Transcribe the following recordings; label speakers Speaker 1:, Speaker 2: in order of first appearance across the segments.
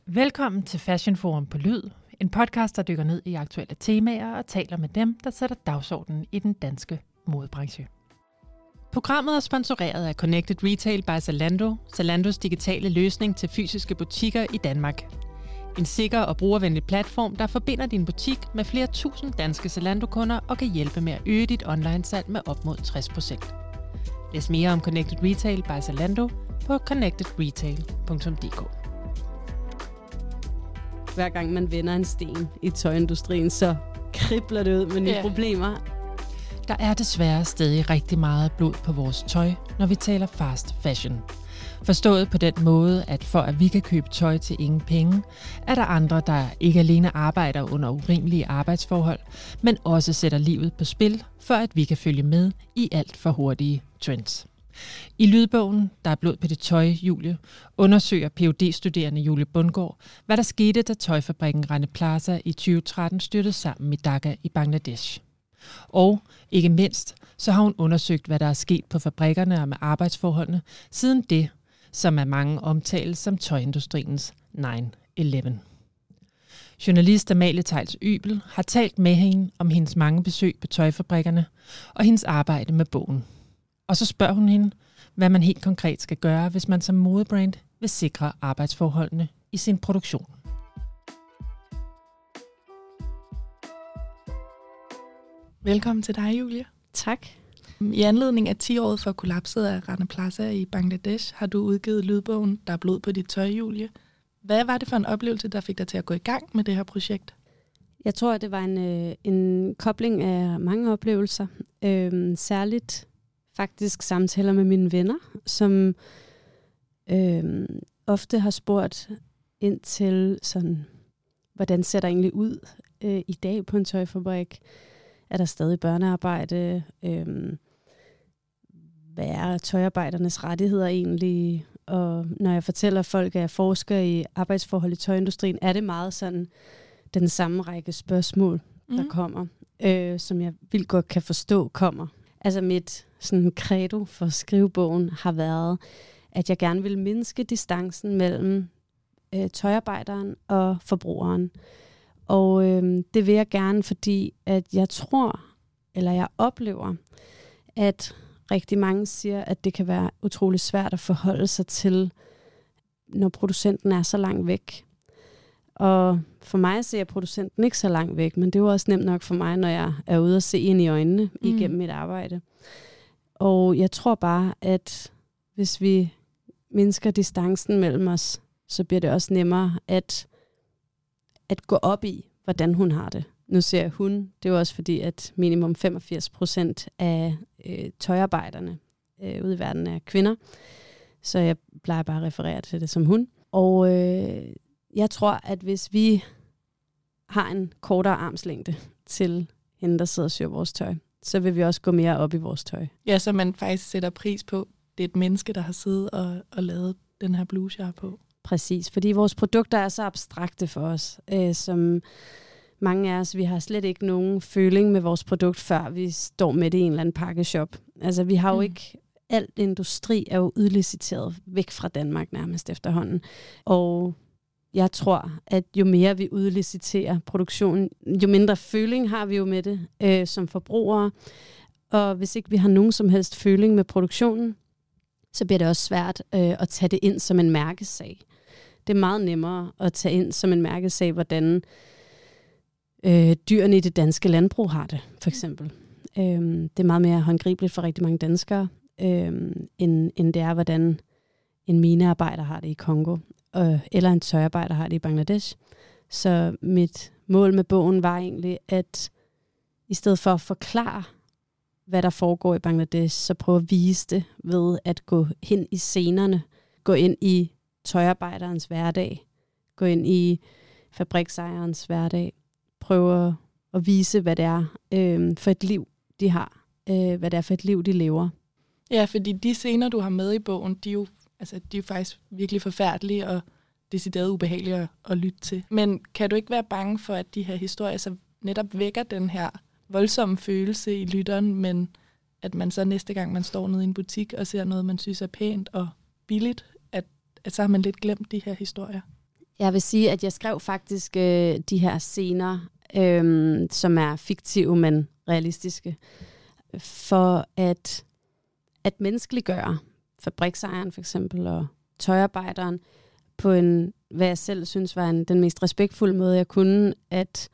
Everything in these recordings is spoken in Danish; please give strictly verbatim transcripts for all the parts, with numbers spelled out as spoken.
Speaker 1: Velkommen til Fashion Forum på Lyd, en podcast, der dykker ned i aktuelle temaer og taler med dem, der sætter dagsordenen i den danske modebranche. Programmet er sponsoreret af Connected Retail by Zalando, Zalandos digitale løsning til fysiske butikker i Danmark. En sikker og brugervenlig platform, der forbinder din butik med flere tusind danske Zalando-kunder og kan hjælpe med at øge dit online-salg med op mod tres procent. Læs mere om Connected Retail by Zalando på connected retail punktum d k.
Speaker 2: Hver gang man vender en sten i tøjindustrien, så kribler det ud med nye yeah. problemer.
Speaker 1: Der er desværre stadig rigtig meget blod på vores tøj, når vi taler fast fashion. Forstået på den måde, at for at vi kan købe tøj til ingen penge, er der andre, der ikke alene arbejder under urimelige arbejdsforhold, men også sætter livet på spil, for at vi kan følge med i alt for hurtige trends. I lydbogen, der er blod på det tøj, Julie, undersøger P H D-studerende Julie Bundgaard, hvad der skete, da tøjfabrikken Rana Plaza i tyve tretten styrtede sammen i Dhaka i Bangladesh. Og ikke mindst, så har hun undersøgt, hvad der er sket på fabrikkerne og med arbejdsforholdene, siden det, som er mange omtales som tøjindustriens nine eleven. Journalist Amalie Theils Ybel har talt med hende om hendes mange besøg på tøjfabrikkerne og hendes arbejde med bogen. Og så spørger hun hende, hvad man helt konkret skal gøre, hvis man som modebrand vil sikre arbejdsforholdene i sin produktion.
Speaker 3: Velkommen til dig, Julie.
Speaker 2: Tak.
Speaker 3: I anledning af ti-året for kollapset af Rana Plaza i Bangladesh har du udgivet lydbogen Der er blod på dit tøj, Julie. Hvad var det for en oplevelse, der fik dig til at gå i gang med det her projekt?
Speaker 2: Jeg tror, at det var en, en kobling af mange oplevelser. Øhm, særligt faktisk samtaler med mine venner, som øhm, ofte har spurgt ind til sådan, hvordan ser der egentlig ud øh, i dag på en tøjfabrik? Er der stadig børnearbejde? Øhm, hvad er tøjarbejdernes rettigheder egentlig? Og når jeg fortæller folk, at jeg forsker i arbejdsforhold i tøjindustrien, er det meget sådan den samme række spørgsmål, der mm. kommer, øh, som jeg vildt godt kan forstå kommer. Altså mit sådan credo for skrivebogen har været, at jeg gerne vil mindske distancen mellem øh, tøjarbejderen og forbrugeren. Og øh, det vil jeg gerne, fordi at jeg tror, eller jeg oplever, at rigtig mange siger, at det kan være utrolig svært at forholde sig til, når producenten er så langt væk. Og for mig ser producenten ikke så langt væk, men det er jo også nemt nok for mig, når jeg er ude og se ind i øjnene mm. igennem mit arbejde. Og jeg tror bare, at hvis vi mindsker distancen mellem os, så bliver det også nemmere at, at gå op i, hvordan hun har det. Nu ser jeg hun, det er jo også fordi, at minimum femogfirs procent af øh, tøjarbejderne øh, ude i verden er kvinder. Så jeg plejer bare at referere til det som hun. Og øh, jeg tror, at hvis vi har en kortere armslængde til hende, der sidder og syr vores tøj, så vil vi også gå mere op i vores tøj.
Speaker 3: Ja, så man faktisk sætter pris på, det er et menneske, der har siddet og, og lavet den her bluse, jeg har på.
Speaker 2: Præcis, fordi vores produkter er så abstrakte for os, øh, som mange af os, vi har slet ikke nogen føling med vores produkt, før vi står med det i en eller anden pakkeshop. Altså vi har jo mm. ikke, alt industri er jo udliciteret væk fra Danmark nærmest efterhånden. Og jeg tror, at jo mere vi udliciterer produktionen, jo mindre føling har vi jo med det øh, som forbrugere. Og hvis ikke vi har nogen som helst føling med produktionen, så bliver det også svært øh, at tage det ind som en mærkesag. Det er meget nemmere at tage ind som en mærkesag, hvordan øh, dyrene i det danske landbrug har det, for eksempel. Øh, det er meget mere håndgribeligt for rigtig mange danskere, øh, end, end det er, hvordan en minearbejder har det i Kongo, øh, eller en tøjarbejder har det i Bangladesh. Så mit mål med bogen var egentlig, at i stedet for at forklare, hvad der foregår i Bangladesh, så prøve at vise det ved at gå hen i scenerne, gå ind i tøjarbejderens hverdag, gå ind i fabriksejerens hverdag, prøve at vise, hvad det er øh, for et liv, de har, øh, hvad det er for et liv, de lever.
Speaker 3: Ja, fordi de scener, du har med i bogen, de er jo, altså, de er jo faktisk virkelig forfærdelige og decideret ubehagelige at, at lytte til. Men kan du ikke være bange for, at de her historier så netop vækker den her voldsomme følelse i lytteren, men at man så næste gang, man står nede i en butik og ser noget, man synes er pænt og billigt, at, at så har man lidt glemt de her historier?
Speaker 2: Jeg vil sige, at jeg skrev faktisk øh, de her scener, øh, som er fiktive, men realistiske, for at, at menneskeliggøre fabriksejeren for eksempel, og tøjarbejderen, på en, hvad jeg selv synes var en, den mest respektfulde måde, jeg kunne, at,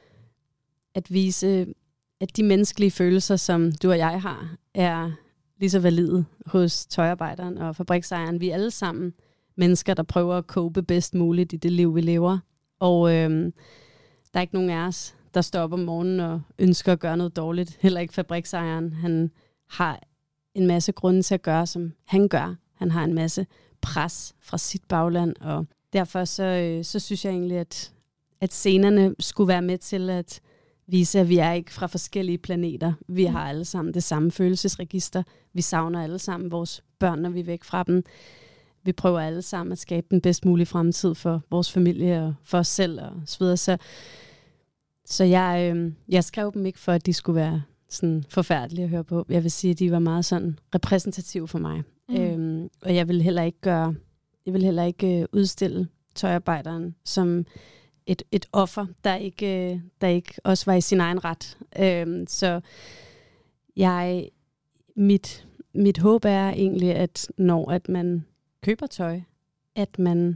Speaker 2: at vise, at de menneskelige følelser, som du og jeg har, er lige så valide hos tøjarbejderen og fabriksejeren. Vi er alle sammen mennesker, der prøver at cope bedst muligt i det liv, vi lever. Og øhm, der er ikke nogen af os, der står op om morgenen og ønsker at gøre noget dårligt. Heller ikke fabriksejeren. Han har en masse grunde til at gøre, som han gør. Han har en masse pres fra sit bagland, og derfor så, øh, så synes jeg egentlig, at, at scenerne skulle være med til at vise, at vi er ikke fra forskellige planeter. Vi har alle sammen det samme følelsesregister. Vi savner alle sammen vores børn, når vi er væk fra dem. Vi prøver alle sammen at skabe den bedst mulige fremtid for vores familie og for os selv og så videre. Så, så jeg, øh, jeg skrev dem ikke for, at de skulle være sådan forfærdelige at høre på. Jeg vil sige, at de var meget sådan repræsentative for mig. Mm. Øhm, og jeg vil heller ikke gøre, jeg vil heller ikke øh, udstille tøjarbejderen som et, et offer, der ikke, øh, der ikke også var i sin egen ret. Øhm, så jeg, mit, mit håb er egentlig, at når at man køber tøj, at man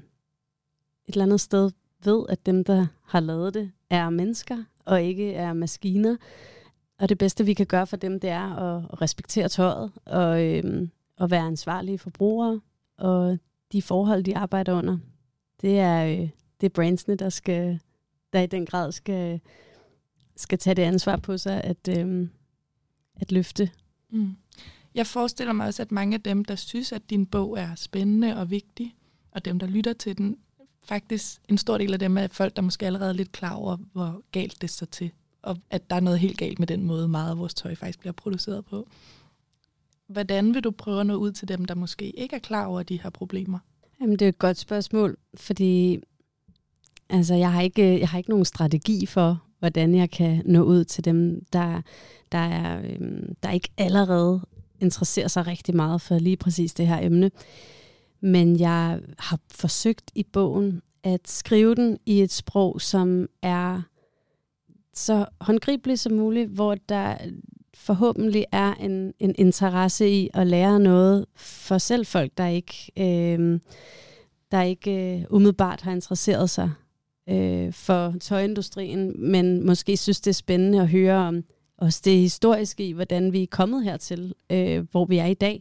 Speaker 2: et eller andet sted ved, at dem, der har lavet det, er mennesker og ikke er maskiner. Og det bedste, vi kan gøre for dem, det er at respektere tøjet og, øhm, og være ansvarlige forbrugere. Og de forhold, de arbejder under, det er, øh, det er brandsene, der, skal, der i den grad skal, skal tage det ansvar på sig at, øhm, at løfte.
Speaker 3: Mm. Jeg forestiller mig også, at mange af dem, der synes, at din bog er spændende og vigtig, og dem, der lytter til den, faktisk en stor del af dem er folk, der måske allerede er lidt klar over, hvor galt det står til, og at der er noget helt galt med den måde, meget af vores tøj faktisk bliver produceret på. Hvordan vil du prøve at nå ud til dem, der måske ikke er klar over de her problemer?
Speaker 2: Jamen, det er et godt spørgsmål, fordi altså, jeg, har ikke, jeg har ikke nogen strategi for, hvordan jeg kan nå ud til dem, der, der, er, øhm, der ikke allerede interesserer sig rigtig meget for lige præcis det her emne. Men jeg har forsøgt i bogen at skrive den i et sprog, som er så håndgribeligt som muligt, hvor der forhåbentlig er en, en interesse i at lære noget for selv folk, der ikke, øh, der ikke øh, umiddelbart har interesseret sig øh, for tøjindustrien, men måske synes, det er spændende at høre om også det historiske i, hvordan vi er kommet hertil, øh, hvor vi er i dag,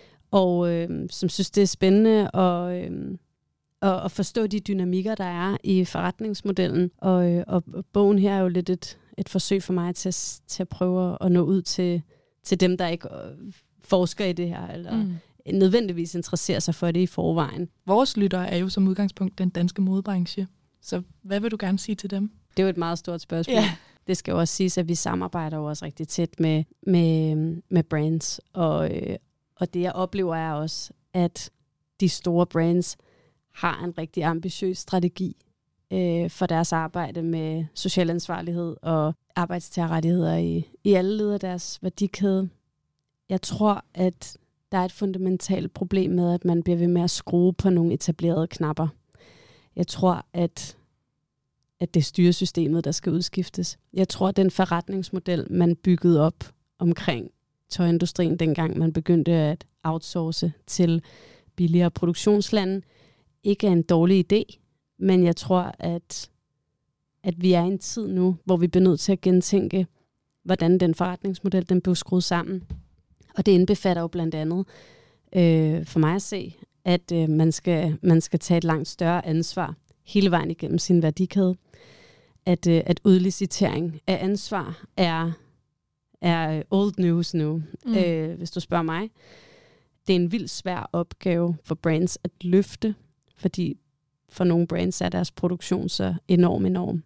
Speaker 2: og øh, som synes, det er spændende at, øh, at, at forstå de dynamikker, der er i forretningsmodellen, og, øh, og bogen her er jo lidt et et forsøg for mig til, til at prøve at nå ud til, til dem, der ikke forsker i det her, eller mm. nødvendigvis interesserer sig for det i forvejen.
Speaker 3: Vores lyttere er jo som udgangspunkt den danske modebranche, så hvad vil du gerne sige til dem?
Speaker 2: Det er jo et meget stort spørgsmål. Yeah. Det skal jo også siges, at vi samarbejder jo også rigtig tæt med, med, med brands, og, og det jeg oplever er også, at de store brands har en rigtig ambitiøs strategi for deres arbejde med social ansvarlighed og arbejdstagerrettigheder i, i alle led af deres værdikæde. Jeg tror, at der er et fundamentalt problem med, at man bliver ved med at skrue på nogle etablerede knapper. Jeg tror, at, at det er styresystemet, der skal udskiftes. Jeg tror, at den forretningsmodel, man byggede op omkring tøjindustrien, dengang man begyndte at outsource til billigere produktionslande, ikke er en dårlig idé. Men jeg tror, at, at vi er i en tid nu, hvor vi bliver nødt til at gentænke, hvordan den forretningsmodel den blev skruet sammen. Og det indbefatter jo blandt andet, øh, for mig at se, at øh, man, skal, man skal tage et langt større ansvar hele vejen igennem sin værdikæde. At, øh, at udlicitering af ansvar er, er old news nu, mm. øh, hvis du spørger mig. Det er en vildt svær opgave for brands at løfte, fordi for nogle brands er deres produktion så enorm, enorm.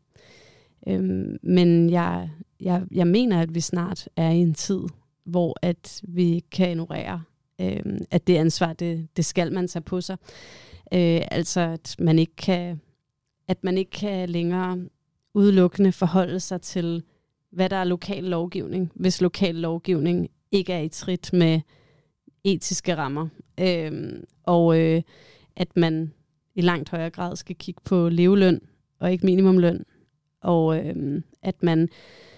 Speaker 2: Øhm, men jeg, jeg, jeg mener, at vi snart er i en tid, hvor at vi kan ignorere, øhm, at det ansvar, det, det skal man tage på sig. Øh, altså, at man ikke kan, at man ikke kan længere udelukkende forholde sig til, hvad der er lokal lovgivning, hvis lokal lovgivning ikke er i trit med etiske rammer. Øhm, og øh, at man i langt højere grad skal kigge på leveløn og ikke minimumløn, og øh, at man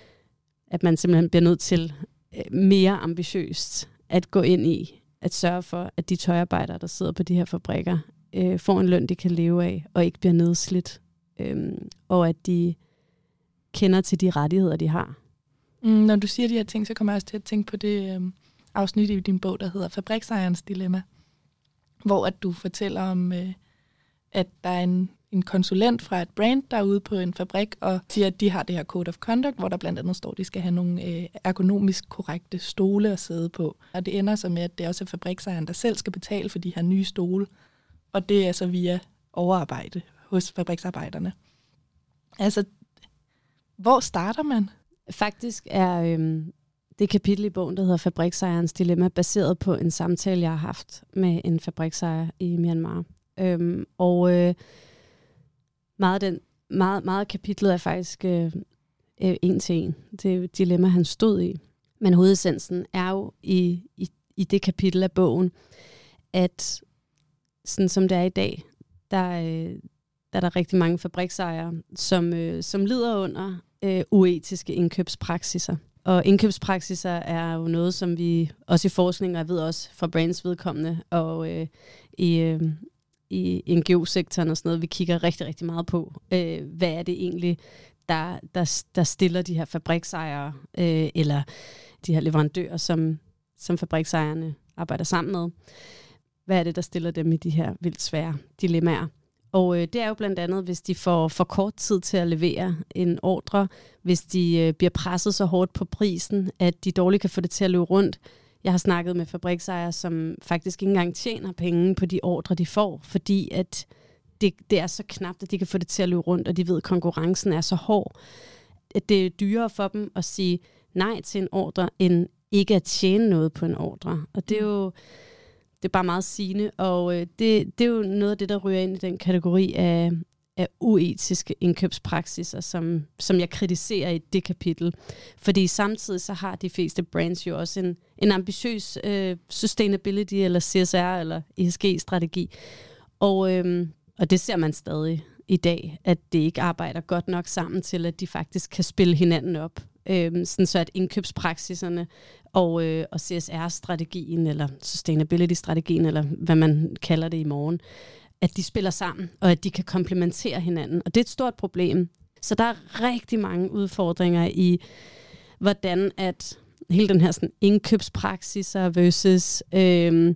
Speaker 2: at man simpelthen bliver nødt til øh, mere ambitiøst at gå ind i at sørge for, at de tøjarbejdere, der sidder på de her fabrikker, øh, får en løn, de kan leve af, og ikke bliver nedslidt, øh, og at de kender til de rettigheder, de har.
Speaker 3: Mm, når du siger de her ting, så kommer jeg også til at tænke på det øh, afsnit i din bog, der hedder Fabriksejerens dilemma, hvor at du fortæller om, øh, at der er en, en konsulent fra et brand, der er ude på en fabrik, og siger, at de har det her code of conduct, hvor der blandt andet står, at de skal have nogle øh, ergonomisk korrekte stole at sidde på. Og det ender så med, at det også er fabriksejeren, der selv skal betale for de her nye stole, og det er så via overarbejde hos fabriksarbejderne. Altså, hvor starter man?
Speaker 2: Faktisk er øh, det kapitel i bogen, der hedder Fabriksejerens dilemma, baseret på en samtale, jeg har haft med en fabriksejer i Myanmar. Øhm, og øh, meget, den, meget, meget af kapitlet er faktisk øh, øh, en til en. Det er jo et dilemma, han stod i. Men hovedessensen er jo i, i, i det kapitel af bogen, at sådan som det er i dag, der, øh, der er der rigtig mange fabriksejere, som, øh, som lider under øh, uetiske indkøbspraksiser. Og indkøbspraksiser er jo noget, som vi også i forskning, og jeg ved også fra brands vedkommende, og øh, i... Øh, i N G O-sektoren og sådan noget, vi kigger rigtig, rigtig meget på. Øh, hvad er det egentlig, der, der, der stiller de her fabriksejere, øh, eller de her leverandører, som, som fabriksejerne arbejder sammen med? Hvad er det, der stiller dem i de her vildt svære dilemmaer? Og øh, det er jo blandt andet, hvis de får for kort tid til at levere en ordre, hvis de øh, bliver presset så hårdt på prisen, at de dårligt kan få det til at løbe rundt. Jeg har snakket med fabriksejere, som faktisk ikke engang tjener penge på de ordre, de får, fordi at det, det er så knapt, at de kan få det til at løbe rundt, og de ved, at konkurrencen er så hård, at det er dyrere for dem at sige nej til en ordre, end ikke at tjene noget på en ordre. Og det er jo det er bare meget sigende, og det, det er jo noget af det, der ryger ind i den kategori af, af uetiske indkøbspraksiser, som, som jeg kritiserer i det kapitel. Fordi samtidig så har de fleste brands jo også en, en ambitiøs øh, sustainability eller C S R eller E S G-strategi. Og, øh, og det ser man stadig i dag, at det ikke arbejder godt nok sammen til, at de faktisk kan spille hinanden op. Øh, sådan så at indkøbspraksiserne og, øh, og C S R-strategien eller sustainability-strategien, eller hvad man kalder det i morgen, at de spiller sammen, og at de kan komplementere hinanden. Og det er et stort problem. Så der er rigtig mange udfordringer i, hvordan at hele den her sådan, indkøbspraksiser versus øh,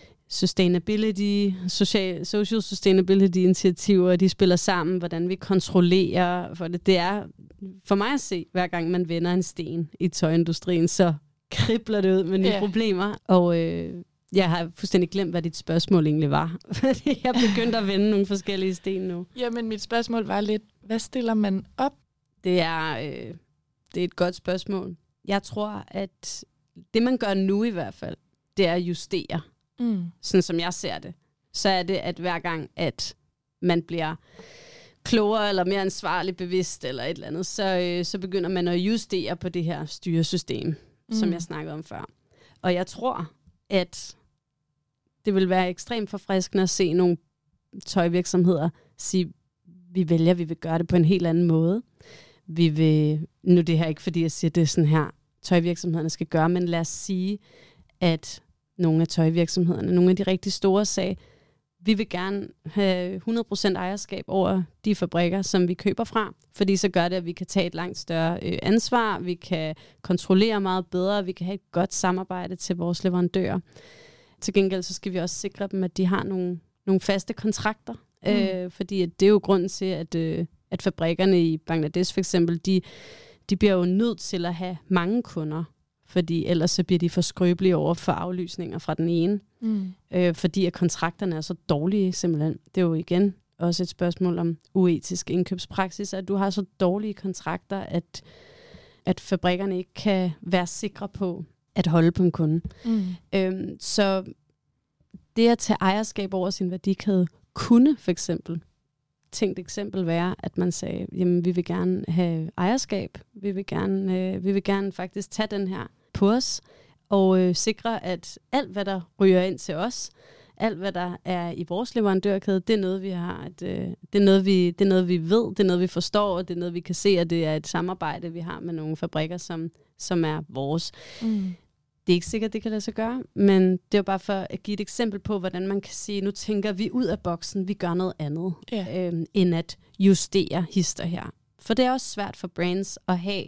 Speaker 2: sustainability, social, social sustainability-initiativer, de spiller sammen, hvordan vi kontrollerer. For det, det er for mig at se, hver gang man vender en sten i tøjindustrien, så kribler det ud med nye yeah. problemer. Og øh, jeg har fuldstændig glemt, hvad dit spørgsmål egentlig var. Fordi jeg begyndte at vende nogle forskellige sten nu.
Speaker 3: Jamen, mit spørgsmål var lidt, hvad stiller man op?
Speaker 2: Det er, øh, det er et godt spørgsmål. Jeg tror, at det, man gør nu i hvert fald, det er at justere. Mm. Sådan som jeg ser det. Så er det, at hver gang, at man bliver klogere eller mere ansvarlig bevidst eller et eller andet, så, øh, så begynder man at justere på det her styresystem, mm. som jeg snakkede om før. Og jeg tror, at det vil være ekstremt forfriskende at se nogle tøjvirksomheder sige, vi vælger, vi vil gøre det på en helt anden måde. Vi vil, nu er det her ikke, fordi jeg siger, det er sådan her, tøjvirksomhederne skal gøre, men lad os sige, at nogle af tøjvirksomhederne, nogle af de rigtig store, sagde, vi vil gerne have hundrede procent ejerskab over de fabrikker, som vi køber fra, fordi så gør det, at vi kan tage et langt større øh, ansvar, vi kan kontrollere meget bedre, vi kan have et godt samarbejde til vores leverandører. Til gengæld så skal vi også sikre dem, at de har nogle, nogle faste kontrakter, mm. øh, fordi at det er jo grunden til, at, øh, at fabrikkerne i Bangladesh for eksempel, de, de bliver jo nødt til at have mange kunder, fordi ellers så bliver de for skrøbelige over for aflysninger fra den ene. Mm. Øh, fordi at kontrakterne er så dårlige simpelthen. Det er jo igen også et spørgsmål om uetisk indkøbspraksis, at du har så dårlige kontrakter, at, at fabrikkerne ikke kan være sikre på at holde på en kunde. Mm. Øhm, så det at tage ejerskab over sin værdikæde kunne for eksempel, tænkt eksempel være, at man sagde, jamen vi vil gerne have ejerskab, vi vil gerne, øh, vi vil gerne faktisk tage den her på os, og øh, sikre, at alt, hvad der ryger ind til os, alt, hvad der er i vores leverandørkæde, det er noget, vi har. Et, øh, det, er noget, vi, det er noget, vi ved, det er noget, vi forstår, og det er noget, vi kan se, at det er et samarbejde, vi har med nogle fabrikker, som, som er vores. Mm. Det er ikke sikkert, det kan lade sig gøre, men det er jo bare for at give et eksempel på, hvordan man kan sige, nu tænker vi ud af boksen, vi gør noget andet, yeah. øh, end at justere hister her. For det er også svært for brands at have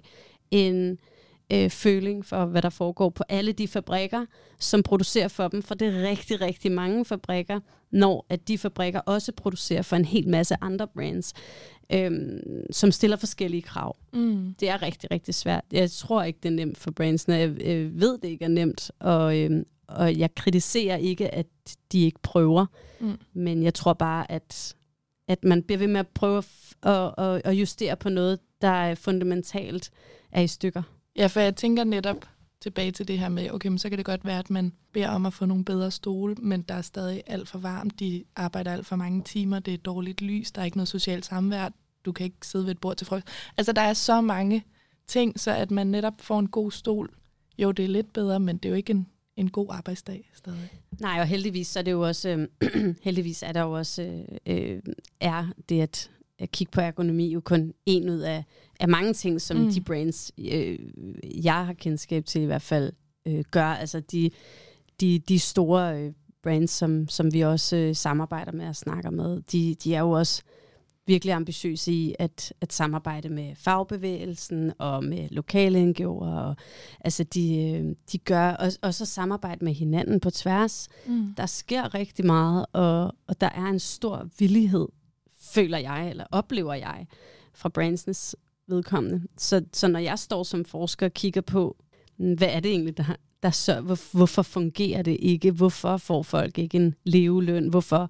Speaker 2: en øh, føling for, hvad der foregår på alle de fabrikker, som producerer for dem. For det er rigtig, rigtig mange fabrikker, når at de fabrikker også producerer for en hel masse andre brands, øh, som stiller forskellige krav. Mm. Det er rigtig, rigtig svært. Jeg tror ikke, det er nemt for brandsene. Jeg øh, ved, det ikke er nemt, og, øh, og jeg kritiserer ikke, at de ikke prøver. Mm. Men jeg tror bare, at at man bliver ved med at prøve at, at, at justere på noget, der er fundamentalt er i stykker.
Speaker 3: Ja, for jeg tænker netop tilbage til det her med, okay, men så kan det godt være, at man beder om at få nogle bedre stole, men der er stadig alt for varmt, de arbejder alt for mange timer, det er dårligt lys, der er ikke noget socialt samvær, du kan ikke sidde ved et bord til frokost. Altså, der er så mange ting, så at man netop får en god stol. Jo, det er lidt bedre, men det er jo ikke en en god arbejdsdag stadig.
Speaker 2: Nej, og heldigvis så er det jo også øh, heldigvis er der jo også øh, er det at, at kigge på ergonomi jo kun en ud af, af mange ting, som mm. de brands øh, jeg har kendskab til i hvert fald øh, gør. Altså de de de store øh, brands som som vi også øh, samarbejder med og snakker med, de de er jo også virkelig ambitiøse i at, at samarbejde med fagbevægelsen og med lokale N G O'er. Og, altså de, de gør også, også samarbejde med hinanden på tværs. Mm. Der sker rigtig meget, og, og der er en stor villighed, føler jeg, eller oplever jeg, fra brandsens vedkommende. Så, så når jeg står som forsker og kigger på, hvad er det egentlig, der, der så, hvor, hvorfor fungerer det ikke? Hvorfor får folk ikke en leveløn? Hvorfor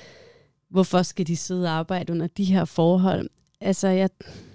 Speaker 2: Hvorfor skal de sidde og arbejde under de her forhold? Altså, jeg,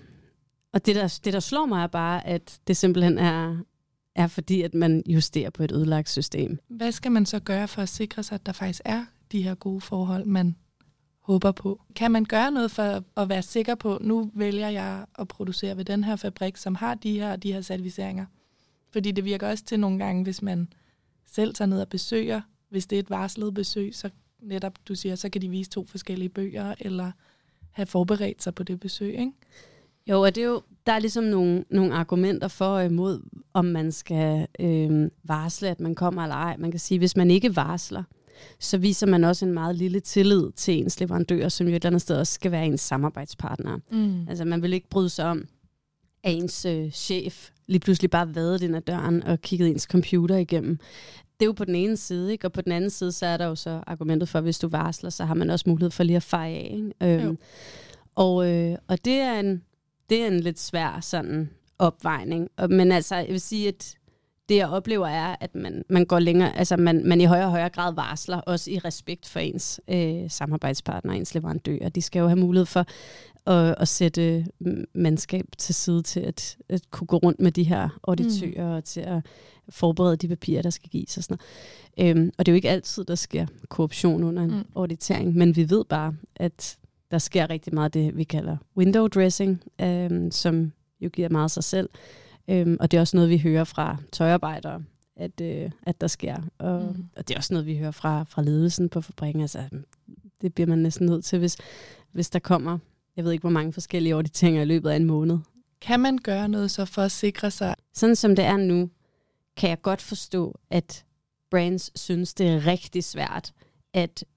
Speaker 2: og det der, det, der slår mig er bare, at det simpelthen er, er fordi, at man justerer på et ødelagt system.
Speaker 3: Hvad skal man så gøre for at sikre sig, at der faktisk er de her gode forhold, man håber på? Kan man gøre noget for at være sikker på, nu vælger jeg at producere ved den her fabrik, som har de her de her certificeringer? Fordi det virker også til nogle gange, hvis man selv tager ned og besøger, hvis det er et varslet besøg, så netop, du siger, så kan de vise to forskellige bøger, eller have forberedt sig på det besøg, ikke?
Speaker 2: Jo, og det er jo, der er ligesom nogle, nogle argumenter for og imod, om man skal øh, varsle, at man kommer eller ej. Man kan sige, hvis man ikke varsler, så viser man også en meget lille tillid til ens leverandør, som jo et eller andet sted også skal være ens samarbejdspartner. Mm. Altså, man vil ikke bryde sig om, at ens øh, chef lige pludselig bare vadede ind ad døren og kiggede ens computer igennem. Det er jo på den ene side, ikke? Og på den anden side, så er der jo så argumentet for, at hvis du varsler, så har man også mulighed for lige at feje af. Ikke? Øhm, og, øh, og det er en det er en lidt svær sådan opvejning. Og, men altså, jeg vil sige, at det jeg oplever er, at man, man går længere, altså man, man i højere og højere grad varsler, også i respekt for ens øh, samarbejdspartner, ens leverandører. De skal jo have mulighed for at, at sætte mandskab til side til at, at kunne gå rundt med de her auditører, mm. og til at forberede de papirer, der skal gives og sådan noget. Øhm, og det er jo ikke altid, der sker korruption under en mm. auditering, men vi ved bare, at der sker rigtig meget det, vi kalder window dressing, øhm, som jo giver meget sig selv. Øhm, og det er også noget, vi hører fra tøjarbejdere, at, øh, at der sker. Og, mm. og det er også noget, vi hører fra, fra ledelsen på fabrikken. Altså, det bliver man næsten nødt til, hvis, hvis der kommer, jeg ved ikke, hvor mange forskellige auditeringer i løbet af en måned.
Speaker 3: Kan man gøre noget så for at sikre sig?
Speaker 2: Sådan som det er nu, kan jeg godt forstå, at brands synes, det er rigtig svært at,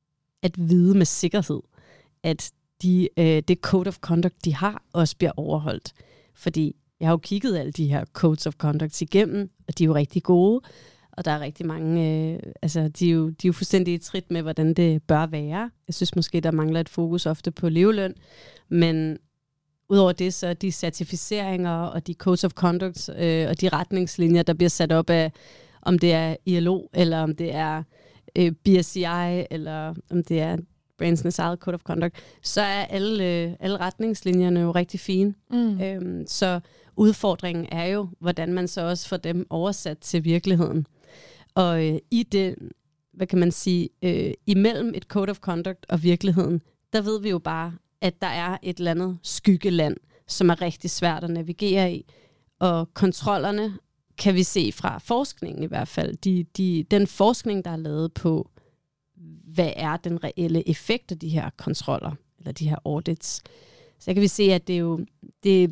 Speaker 2: at vide med sikkerhed, at de, øh, det code of conduct, de har, også bliver overholdt. Fordi jeg har jo kigget alle de her codes of conduct igennem, og de er jo rigtig gode, og der er rigtig mange, øh, altså de er, jo, de er jo fuldstændig i trit med, hvordan det bør være. Jeg synes måske, der mangler et fokus ofte på leveløn, men udover det, så de certificeringer og de codes of conduct øh, og de retningslinjer, der bliver sat op af, om det er I L O, eller om det er øh, B S C I, eller om det er brandsens eget code of conduct, så er alle, øh, alle retningslinjerne jo rigtig fine. Mm. Øhm, så udfordringen er jo, hvordan man så også får dem oversat til virkeligheden. Og øh, i det, hvad kan man sige, øh, imellem et code of conduct og virkeligheden, der ved vi jo bare, at der er et eller andet skyggeland, som er rigtig svært at navigere i. Og kontrollerne kan vi se fra forskningen i hvert fald. De, de, den forskning, der er lavet på, hvad er den reelle effekt af de her kontroller, eller de her audits. Så kan vi se, at det er jo, det,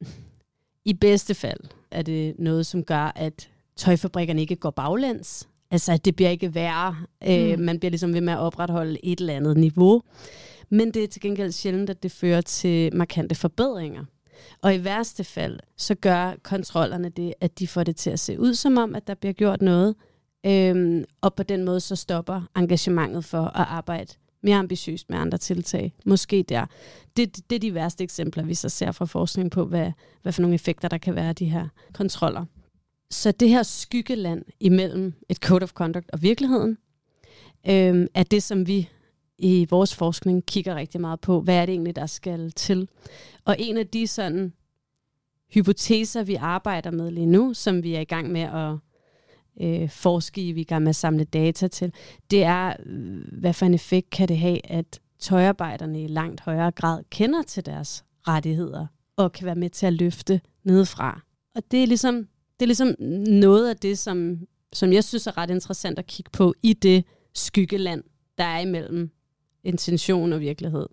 Speaker 2: i bedste fald er det noget, som gør, at tøjfabrikkerne ikke går baglæns. Altså, at det bliver ikke værre. Mm. Øh, man bliver ligesom ved med at opretholde et eller andet niveau. Men det er til gengæld sjældent, at det fører til markante forbedringer. Og i værste fald, så gør kontrollerne det, at de får det til at se ud som om, at der bliver gjort noget. Øhm, og på den måde så stopper engagementet for at arbejde mere ambitiøst med andre tiltag. Måske der. Det, det, det er de værste eksempler, vi så ser fra forskning på, hvad, hvad for nogle effekter der kan være af de her kontroller. Så det her skyggeland imellem et code of conduct og virkeligheden, øhm, er det, som vi i vores forskning kigger rigtig meget på. Hvad er det egentlig, der skal til? Og en af de sådan hypoteser, vi arbejder med lige nu, som vi er i gang med at øh, forske i, vi er i gang med at samle data til, det er, hvad for en effekt kan det have, at tøjarbejderne i langt højere grad kender til deres rettigheder, og kan være med til at løfte nedefra. Og det er ligesom, det er ligesom noget af det, som, som jeg synes er ret interessant at kigge på i det skyggeland, der er imellem intention og virkelighed.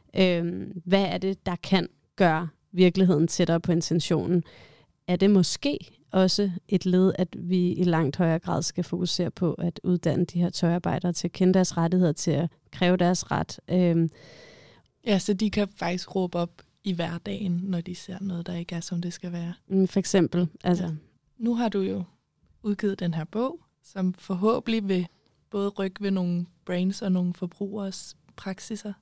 Speaker 2: Øhm, hvad er det, der kan gøre virkeligheden tættere på intentionen? Er det måske også et led, at vi i langt højere grad skal fokusere på at uddanne de her tøjarbejdere til at kende deres rettigheder, til at kræve deres ret? Øhm.
Speaker 3: Ja, så de kan faktisk råbe op i hverdagen, når de ser noget, der ikke er, som det skal være.
Speaker 2: For eksempel. Altså. Ja.
Speaker 3: Nu har du jo udgivet den her bog, som forhåbentlig vil både rykke ved nogle brains og nogle forbrugers praksiser.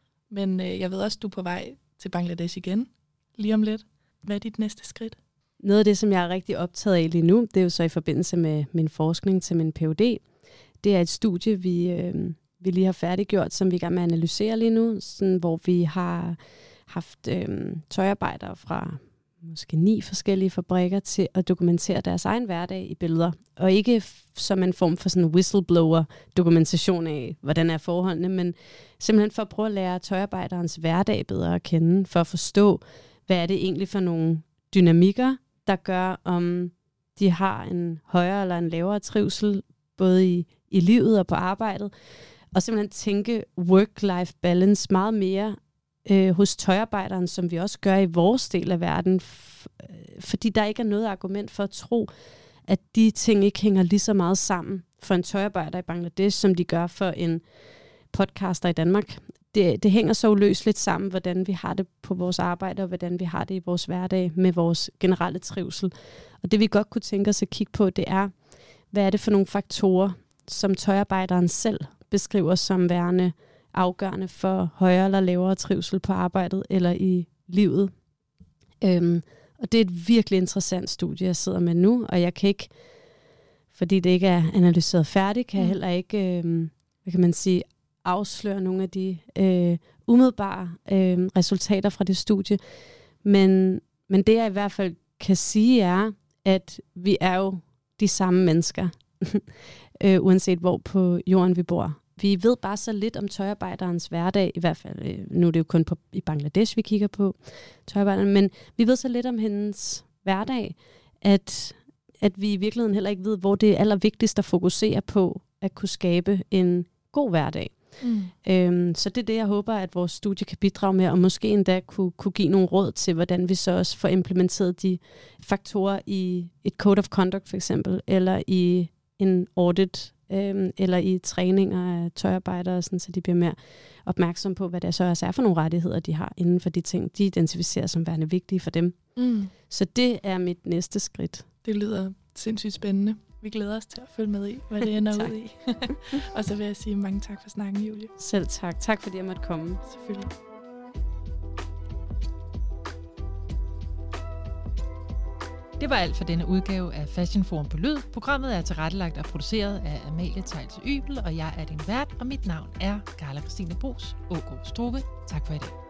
Speaker 3: Men øh, jeg ved også, du er på vej til Bangladesh igen, lige om lidt. Hvad er dit næste skridt?
Speaker 2: Noget af det, som jeg er rigtig optaget af lige nu, det er jo så i forbindelse med min forskning til min P H D. Det er et studie, vi, øh, vi lige har færdiggjort, som vi er i gang med at analysere lige nu, sådan, hvor vi har haft øh, tøjarbejdere fra måske ni forskellige fabrikker til at dokumentere deres egen hverdag i billeder. Og ikke f- som en form for sådan whistleblower-dokumentation af, hvordan er forholdene, men simpelthen for at prøve at lære tøjarbejderens hverdag bedre at kende, for at forstå, hvad er det egentlig for nogle dynamikker, der gør, om de har en højere eller en lavere trivsel, både i, i livet og på arbejdet. Og simpelthen tænke work-life balance meget mere øh, hos tøjarbejderen, som vi også gør i vores del af verden, f- fordi der ikke er noget argument for at tro, at de ting ikke hænger lige så meget sammen for en tøjarbejder i Bangladesh, som de gør for en podcaster i Danmark. Det, det hænger så uløseligt sammen, hvordan vi har det på vores arbejde, og hvordan vi har det i vores hverdag med vores generelle trivsel. Og det vi godt kunne tænke os at kigge på, det er, hvad er det for nogle faktorer, som tøjarbejderen selv beskriver som værende afgørende for højere eller lavere trivsel på arbejdet eller i livet. Øhm, og det er et virkelig interessant studie, jeg sidder med nu, og jeg kan ikke, fordi det ikke er analyseret færdigt, kan jeg heller ikke, øhm, hvad kan man sige, afsløre nogle af de øh, umiddelbare øh, resultater fra det studie. Men, men det jeg i hvert fald kan sige er, at vi er jo de samme mennesker, øh, uanset hvor på jorden vi bor. Vi ved bare så lidt om tøjarbejderens hverdag, i hvert fald, øh, nu er det jo kun på, i Bangladesh, vi kigger på tøjarbejderen, men vi ved så lidt om hendes hverdag, at, at vi i virkeligheden heller ikke ved, hvor det er allervigtigst at fokusere på at kunne skabe en god hverdag. Mm. Øhm, så det er det, jeg håber, at vores studie kan bidrage med, og måske endda kunne, kunne give nogle råd til, hvordan vi så også får implementeret de faktorer i et code of conduct for eksempel, eller i en audit, øhm, eller i træninger af tøjarbejdere, sådan, så de bliver mere opmærksomme på, hvad det så også er for nogle rettigheder, de har inden for de ting, de identificerer som værende vigtige for dem. Mm. Så det er mit næste skridt.
Speaker 3: Det lyder sindssygt spændende. Vi glæder os til at følge med i, hvad det ender ud i. Og så vil jeg sige mange tak for snakken, Julie.
Speaker 2: Selv tak. Tak fordi jeg måtte komme.
Speaker 3: Selvfølgelig.
Speaker 1: Det var alt for denne udgave af Fashion Forum på Lyd. Programmet er tilrettelagt og produceret af Amalie Theils Ybel, og jeg er din vært, og mit navn er Carla Christine Bruus Aagaard Struve. Tak for i dag.